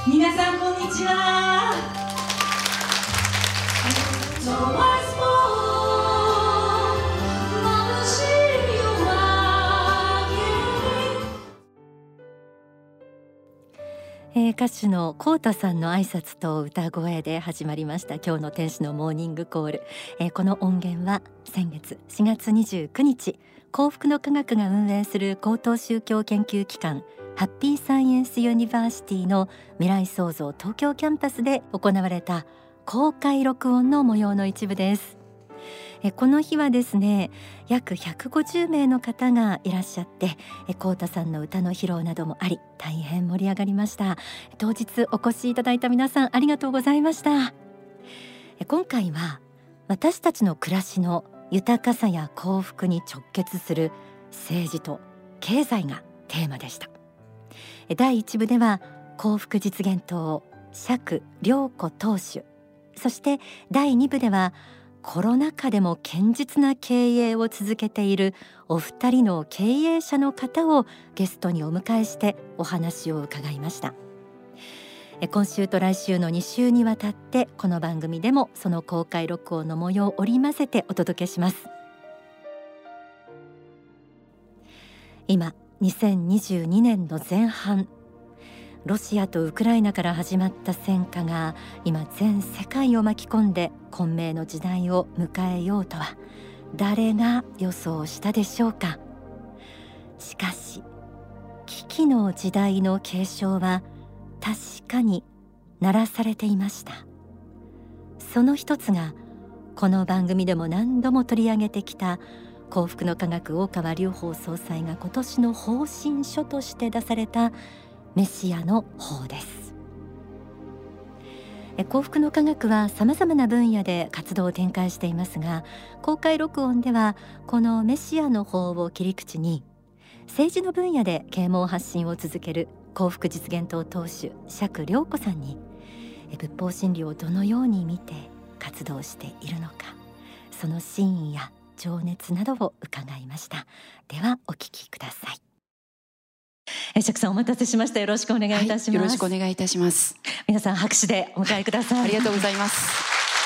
皆さんこんにちは。 歌手のコウタさんの挨拶と歌声で始まりました今日の天使のモーニングコール。この音源は先月4月29日幸福の科学が運営する高等宗教研究機関ハッピーサイエンスユニバーシティの未来創造東京キャンパスで行われた公開録音の模様の一部です。この日はですね、約150名の方がいらっしゃって、コウタさんの歌の披露などもあり大変盛り上がりました。当日お越しいただいた皆さんありがとうございました。今回は私たちの暮らしの豊かさや幸福に直結する政治と経済がテーマでした。第1部では幸福実現党釈良子党首、そして第2部ではコロナ禍でも堅実な経営を続けているお二人の経営者の方をゲストにお迎えしてお話を伺いました。今週と来週の2週にわたってこの番組でもその公開録音の模様を織り交ぜてお届けします。今2022年の前半、ロシアとウクライナから始まった戦火が今全世界を巻き込んで混迷の時代を迎えようとは誰が予想したでしょうか。しかし危機の時代の警鐘は確かに鳴らされていました。その一つがこの番組でも何度も取り上げてきた幸福の科学大川隆法総裁が今年の方針書として出されたメシアの法です。幸福の科学はさまざまな分野で活動を展開していますが、公開録音ではこのメシアの法を切り口に政治の分野で啓蒙発信を続ける幸福実現党党首釈良子さんに仏法真理をどのように見て活動しているのか、その真意や情熱などを伺いました。ではお聞きください。釈さんお待たせしました。よろしくお願いいたします。 よろしくお願いいたします。 皆さん拍手でお迎えください。 ありがとうございます。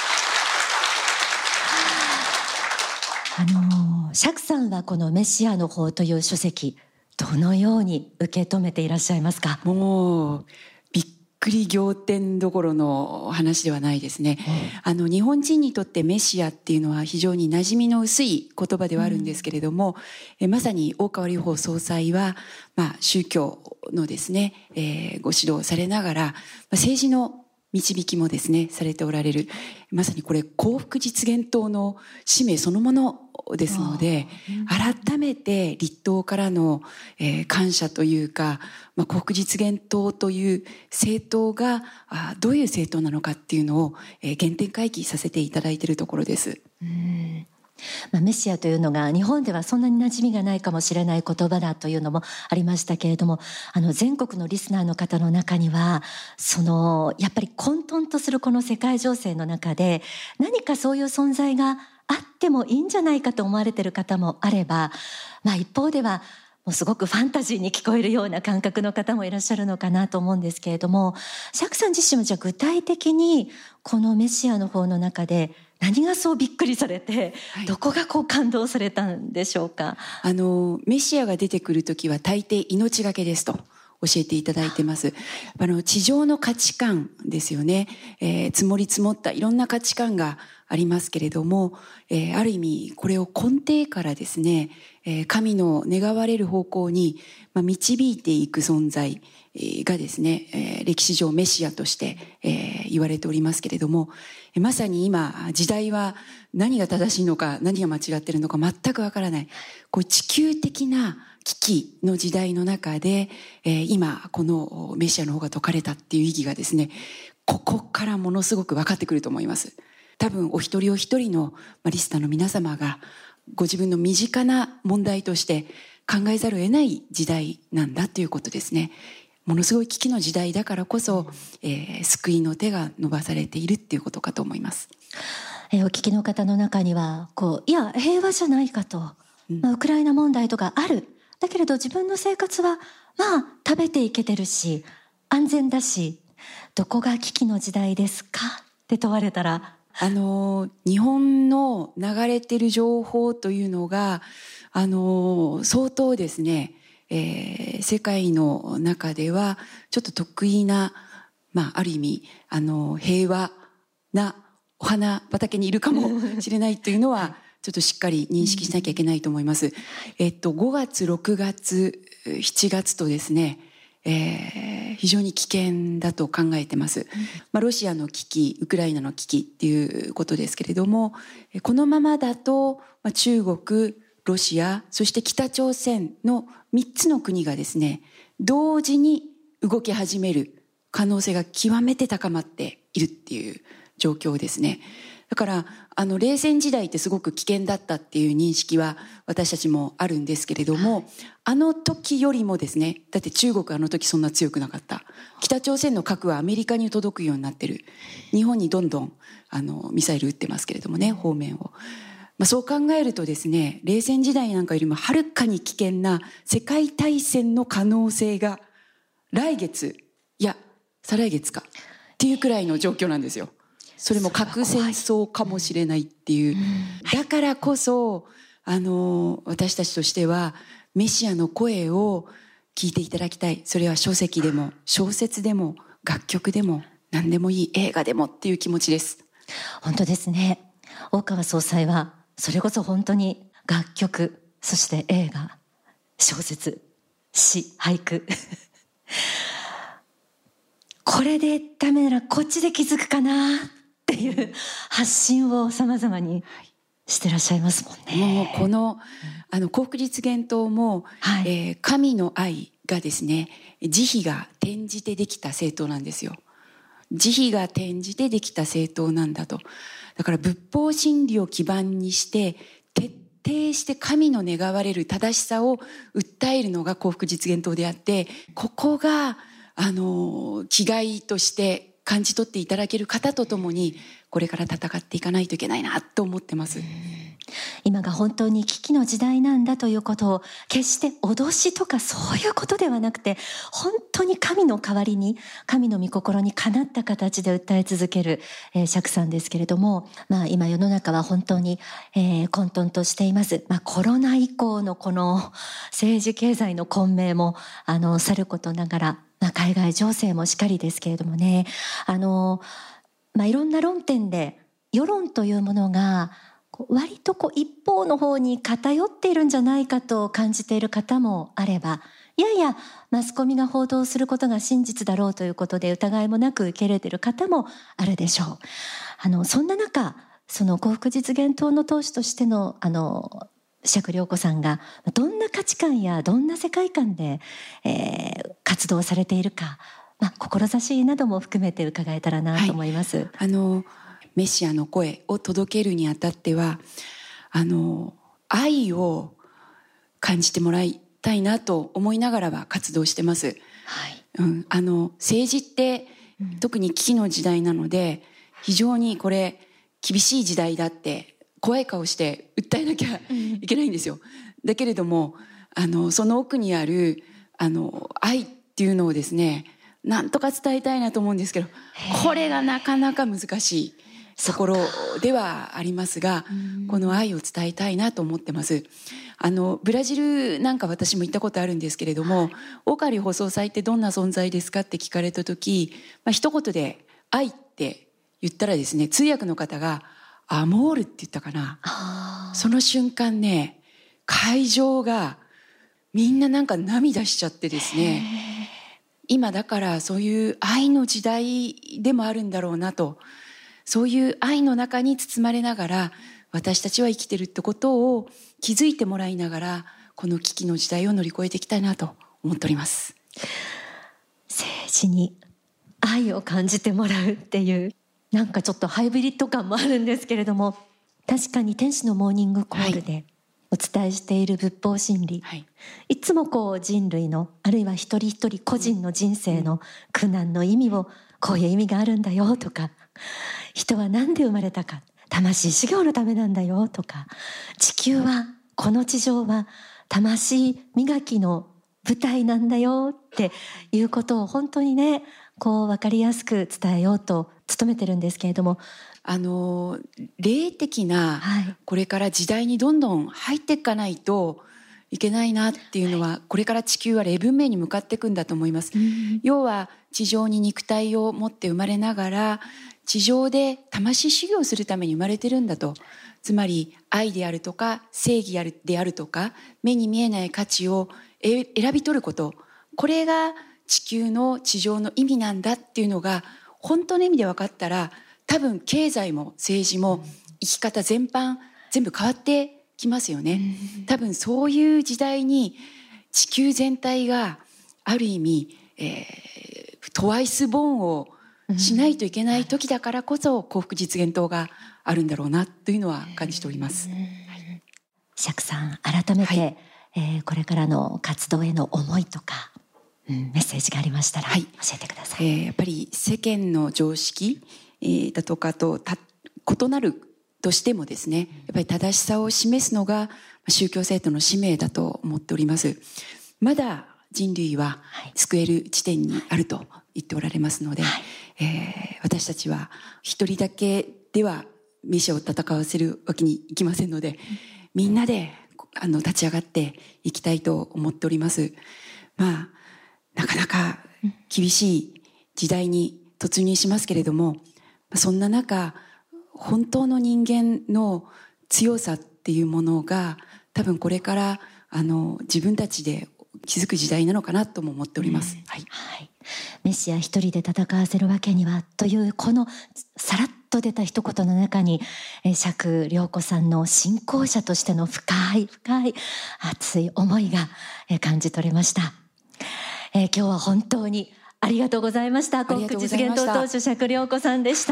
釈さんはこのメシアの法という書籍どのように受け止めていらっしゃいますか。 もうびっくり仰天どころの話ではないですね。日本人にとってメシアっていうのは非常に馴染みの薄い言葉ではあるんですけれども、まさに大川隆法総裁は、宗教のですね、ご指導されながら、政治の導きもですねされておられる、まさにこれ幸福実現党の使命そのものですので、改めて立党からの、感謝というか、幸福実現党という政党がどういう政党なのかっていうのを、原点回帰させていただいているところです。 メシアというのが日本ではそんなに馴染みがないかもしれない言葉だというのもありましたけれども、全国のリスナーの方の中にはやっぱり混沌とするこの世界情勢の中で何かそういう存在があってもいいんじゃないかと思われている方もあれば、一方ではもうすごくファンタジーに聞こえるような感覚の方もいらっしゃるのかなと思うんですけれども、釈さん自身はじゃあ具体的にこのメシアの方の中で何がそうびっくりされて、どこが感動されたんでしょうか。 メシアが出てくるときは大抵命がけですと教えていただいてます。地上の価値観ですよね、積もり積もったいろんな価値観がありますけれども、ある意味これを根底からですね、神の願われる方向に導いていく存在がですね、歴史上メシアとして言われておりますけれども、まさに今時代は何が正しいのか何が間違っているのか全くわからない、地球的な危機の時代の中で、今このメシアの方が説かれたっていう意義がですね、ここからものすごく分かってくると思います。多分お一人お一人のリスナーの皆様がご自分の身近な問題として考えざるを得ない時代なんだということですね。ものすごい危機の時代だからこそ、救いの手が伸ばされているっていうことかと思います。 お聞きの方の中にはいや平和じゃないかと、ウクライナ問題とかある、だけれど自分の生活は食べていけてるし安全だし、 どこが危機の時代ですかって問われたら、 日本の流れてる情報というのが相当ですね、世界の中ではちょっと得意な、ある意味平和なお花畑にいるかもしれないというのはちょっとしっかり認識しなきゃいけないと思います。5月6月7月とですね、非常に危険だと考えてます。ロシアの危機、ウクライナの危機っていうことですけれども、このままだと中国、ロシア、そして北朝鮮の3つの国がですね、同時に動き始める可能性が極めて高まっているっていう状況ですね。だから冷戦時代ってすごく危険だったっていう認識は私たちもあるんですけれども、あの時よりもですね、だって中国あの時そんな強くなかった。北朝鮮の核はアメリカに届くようになってる。日本にどんどんミサイル撃ってますけれどもね、方面を。そう考えるとですね、冷戦時代なんかよりもはるかに危険な世界大戦の可能性が来月、いや再来月かっていうくらいの状況なんですよ。それも核戦争かもしれないっていう。だからこそ私たちとしてはメシアの声を聞いていただきたい。それは書籍でも小説でも楽曲でも何でもいい、映画でもっていう気持ちです。 本当ですね。大川総裁はそれこそ本当に楽曲、そして映画、小説、詩、俳句これでダメならこっちで気づくかなっていう発信を様々にしてらっしゃいますもんね。 もうこの幸福実現党も、神の愛がですね、慈悲が転じてできた政党なんですよ。慈悲が転じてできた政党なんだと。だから仏法真理を基盤にして徹底して神の願われる正しさを訴えるのが幸福実現党であって、ここが気概として感じ取っていただける方とともにこれから戦っていかないといけないなと思ってます。 今が本当に危機の時代なんだということを決して脅しとかそういうことではなくて、本当に神の代わりに神の御心にかなった形で訴え続ける、釈さんですけれども、今世の中は本当に、混沌としています。コロナ以降のこの政治経済の混迷もさることながら、海外情勢もしかりですけれどもね、いろんな論点で世論というものが割と一方の方に偏っているんじゃないかと感じている方もあれば、いやいやマスコミが報道することが真実だろうということで疑いもなく受け入れている方もあるでしょう。そんな中、その幸福実現党の党首としての釈良子さんがどんな価値観やどんな世界観で、活動されているか、志なども含めて伺えたらなと思います。 メシアの声を届けるにあたっては愛を感じてもらいたいなと思いながらは活動してます。政治って特に危機の時代なので非常にこれ厳しい時代だって怖い顔して訴えなきゃいけないんですよ。だけれどもその奥にある愛っていうのをですね、なんとか伝えたいなと思うんですけど、これがなかなか難しいところではありますが、この愛を伝えたいなと思ってます。ブラジルなんか私も行ったことあるんですけれども、大川隆法総裁ってどんな存在ですかって聞かれた時、一言で愛って言ったらですね、通訳の方がアモールって言ったかな。その瞬間ね、会場がみんななんか涙しちゃってですね、今だからそういう愛の時代でもあるんだろうなと、そういう愛の中に包まれながら私たちは生きてるってことを気づいてもらいながら、この危機の時代を乗り越えていきたいなと思っております。 政治に愛を感じてもらうっていうなんかちょっとハイブリッド感もあるんですけれども、確かに天使のモーニングコールでお伝えしている仏法真理、いつも人類のあるいは一人一人個人の人生の苦難の意味を、こういう意味があるんだよとか、人は何で生まれたか、魂修行のためなんだよとか、地球はこの地上は魂磨きの舞台なんだよっていうことを本当にね、 こう分かりやすく伝えようと努めてるんですけれども、 霊的なこれから時代にどんどん入っていかないといけないなっていうのは、これから地球は霊文明に向かっていくんだと思います。要は地上に肉体を持って生まれながら地上で魂修行するために生まれてるんだと。つまり愛であるとか正義であるとか目に見えない価値を選び取ること、これが地球の地上の意味なんだっていうのが本当の意味で分かったら、多分経済も政治も生き方全般全部変わってきますよね。多分そういう時代に地球全体がある意味、トワイスボーンをしないといけない時だからこそ幸福実現党があるんだろうなというのは感じております。 釈さん、改めて、これからの活動への思いとか、メッセージがありましたら教えてください。 やっぱり世間の常識、だとかと異なるとしてもですね、やっぱり正しさを示すのが宗教生徒の使命だと思っております。まだ人類は救える地点にあると言っておられますので、私たちは一人だけではメシアを戦わせるわけにいきませんので、みんなで立ち上がっていきたいと思っております。なかなか厳しい時代に突入しますけれども、そんな中本当の人間の強さっていうものが多分これから自分たちで気づく時代なのかなとも思っております。 メシア一人で戦わせるわけにはというこのさらっと出た一言の中に、釈良子さんの信仰者としての深い熱い思いが感じ取れました。今日は本当にありがとうございました。幸福実現党党首釈良子さんでした。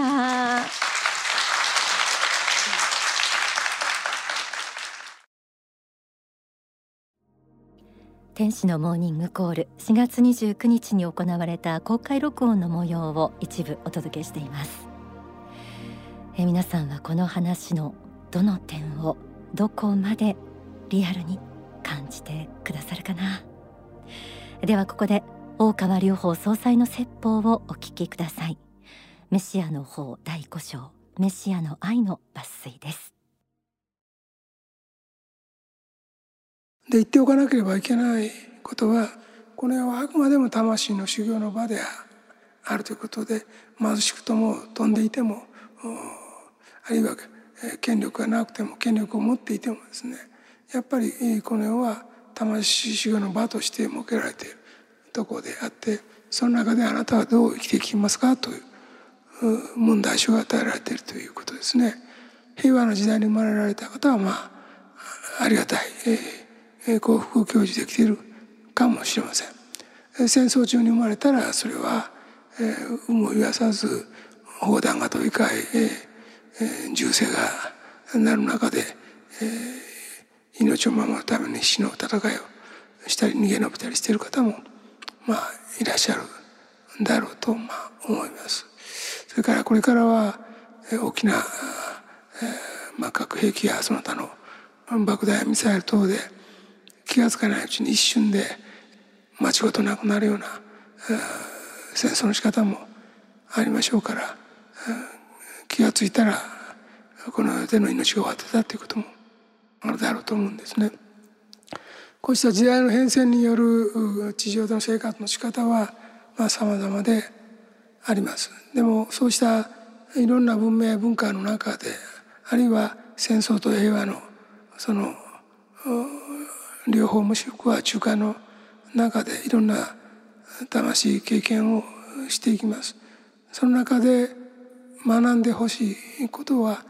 天使のモーニングコール、4月29日に行われた公開録音の模様を一部お届けしています。皆さんはこの話のどの点をどこまでリアルに感じてくださるかな。ではここで大川隆法総裁の説法をお聞きください。メシアの法第5章、メシアの愛の抜粋です。 で、言っておかなければいけないことは、この世はあくまでも魂の修行の場であるということで、貧しくとも飛んでいても、あるいは権力がなくても権力を持っていてもですね、やっぱりこの世は魂修行の場として設けられているところであって、その中であなたはどう生きていきますかという問題書が与えられているということですね。平和の時代に生まれられた方はありがたい幸福を享受できているかもしれません。戦争中に生まれたらそれは有無を言わさず砲弾が飛び交い、銃声が鳴る中で、命を守るために死の戦いをしたり逃げ延びたりしている方もいらっしゃるんだろうと思います。それからこれからは大きな核兵器やその他の爆弾やミサイル等で気がつかないうちに一瞬で街ごとなくなるような戦争の仕方もありましょうから、気がついたらこの世での命が終わってたということもあるだろうと思うんですね。こうした時代の変遷による地上での生活の仕方は様々であります。でもそうしたいろんな文明文化の中で、あるいは戦争と平和のその両方もしくは中間の中でいろんな魂経験をしていきます。その中で学んでほしいことは、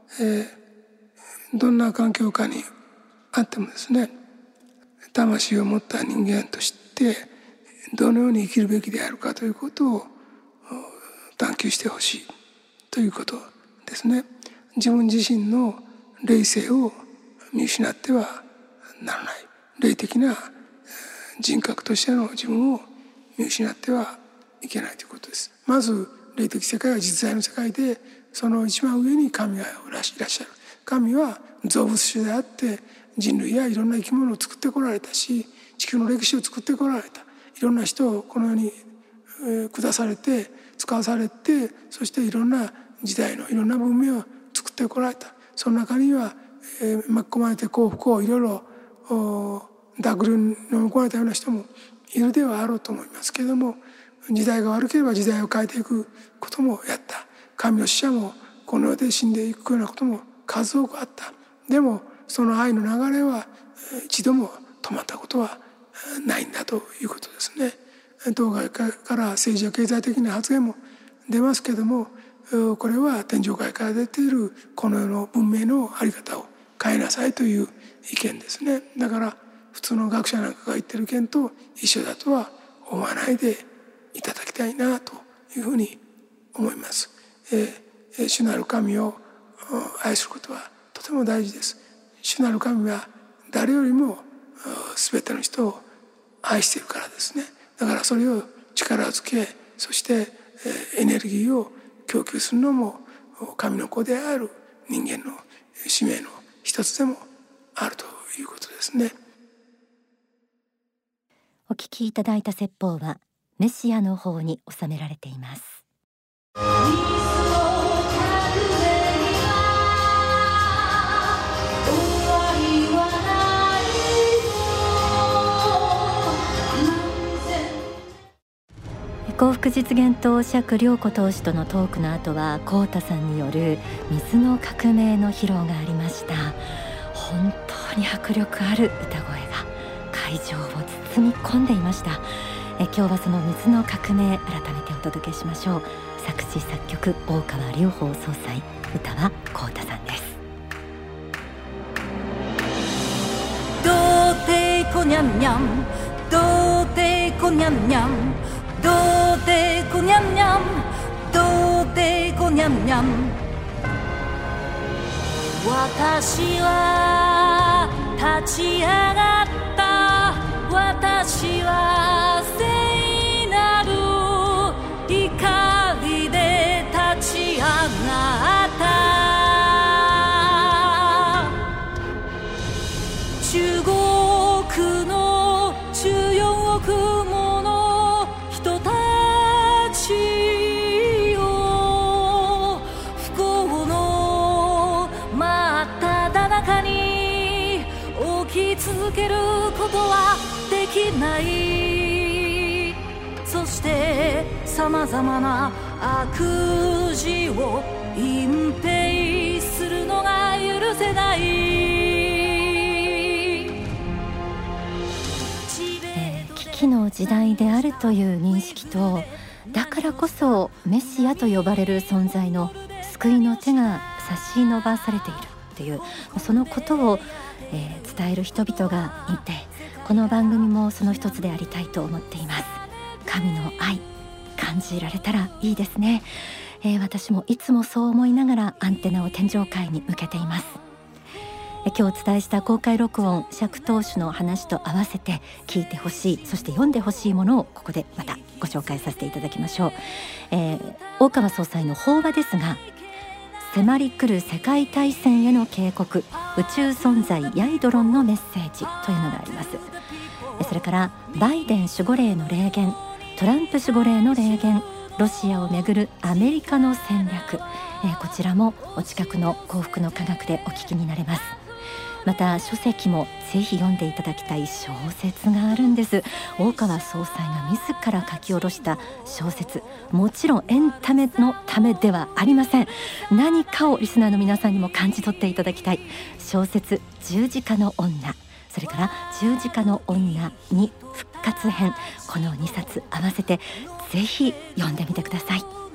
どんな環境下にあってもですね、魂を持った人間としてどのように生きるべきであるかということを探求してほしいということですね。自分自身の霊性を見失ってはならない。霊的な人格としての自分を見失ってはいけないということです。まず霊的世界は実在の世界で、その一番上に神がいらっしゃる。神は造物主であって人類やいろんな生き物を作ってこられたし、地球の歴史を作ってこられた。いろんな人をこの世に下されて使わされて、そしていろんな時代のいろんな文明を作ってこられた。その中には、巻き込まれて幸福をいろいろ濁流に飲み込まれたような人もいるではあろうと思いますけれども、時代が悪ければ時代を変えていくこともやった。神の使者もこの世で死んでいくようなことも数多くあった。でもその愛の流れは一度も止まったことはないんだということですね。当該から政治や経済的な発言も出ますけれども、これは天上界から出ているこの世の文明の在り方を変えなさいという意見ですね。だから普通の学者なんかが言ってる意見と一緒だとは思わないでいただきたいなというふうに思います。主なる神を愛することはとても大事です。主なる神は誰よりも全ての人を愛しているからですね。だからそれを力づけ、そしてエネルギーを供給するのも神の子である人間の使命の一つでもあるということですね。 お聞きいただいた説法はメシアの方に収められています。幸福実現党釈良子党首とのトークの後は幸太さんによる水の革命の披露がありました。本当に迫力ある歌声が会場を包み込んでいました。今日はその水の革命改めてお届けしましょう。作詞作曲大川隆法総裁、歌は幸太さんです。 どうてこにゃんにゃん、どうてこにゃんにゃん、どうてこにゃんにゃん、どうてこにゃんにゃん。私は立ち上がった、私は聖なる光で立ち上がった。中国の14億もの人たちを不幸の真っただ中に置き続けることはできない。そしてさまざまな悪事を隠蔽するのが許せない。 危機の時代であるという認識と、だからこそメシアと呼ばれる存在の救いの手が差し伸ばされているという、そのことを、伝える人々がいて、この番組もその一つでありたいと思っています。神の愛感じられたらいいですね。私もいつもそう思いながらアンテナを天上界に向けています。今日お伝えした公開録音、釈党首の話と合わせて聞いてほしい、そして読んでほしいものをここでまたご紹介させていただきましょう。大川総裁の法話ですが、迫り来る世界大戦への警告、宇宙存在ヤイドロンのメッセージというのがあります。それからバイデン守護霊の霊言、トランプ守護霊の霊言、ロシアをめぐるアメリカの戦略、こちらもお近くの幸福の科学でお聞きになれます。また書籍もぜひ読んでいただきたい小説があるんです。大川総裁が自ら書き下ろした小説、もちろんエンタメのためではありません。何かをリスナーの皆さんにも感じ取っていただきたい小説、十字架の女、それから十字架の女に復活編、この2冊合わせてぜひ読んでみてください。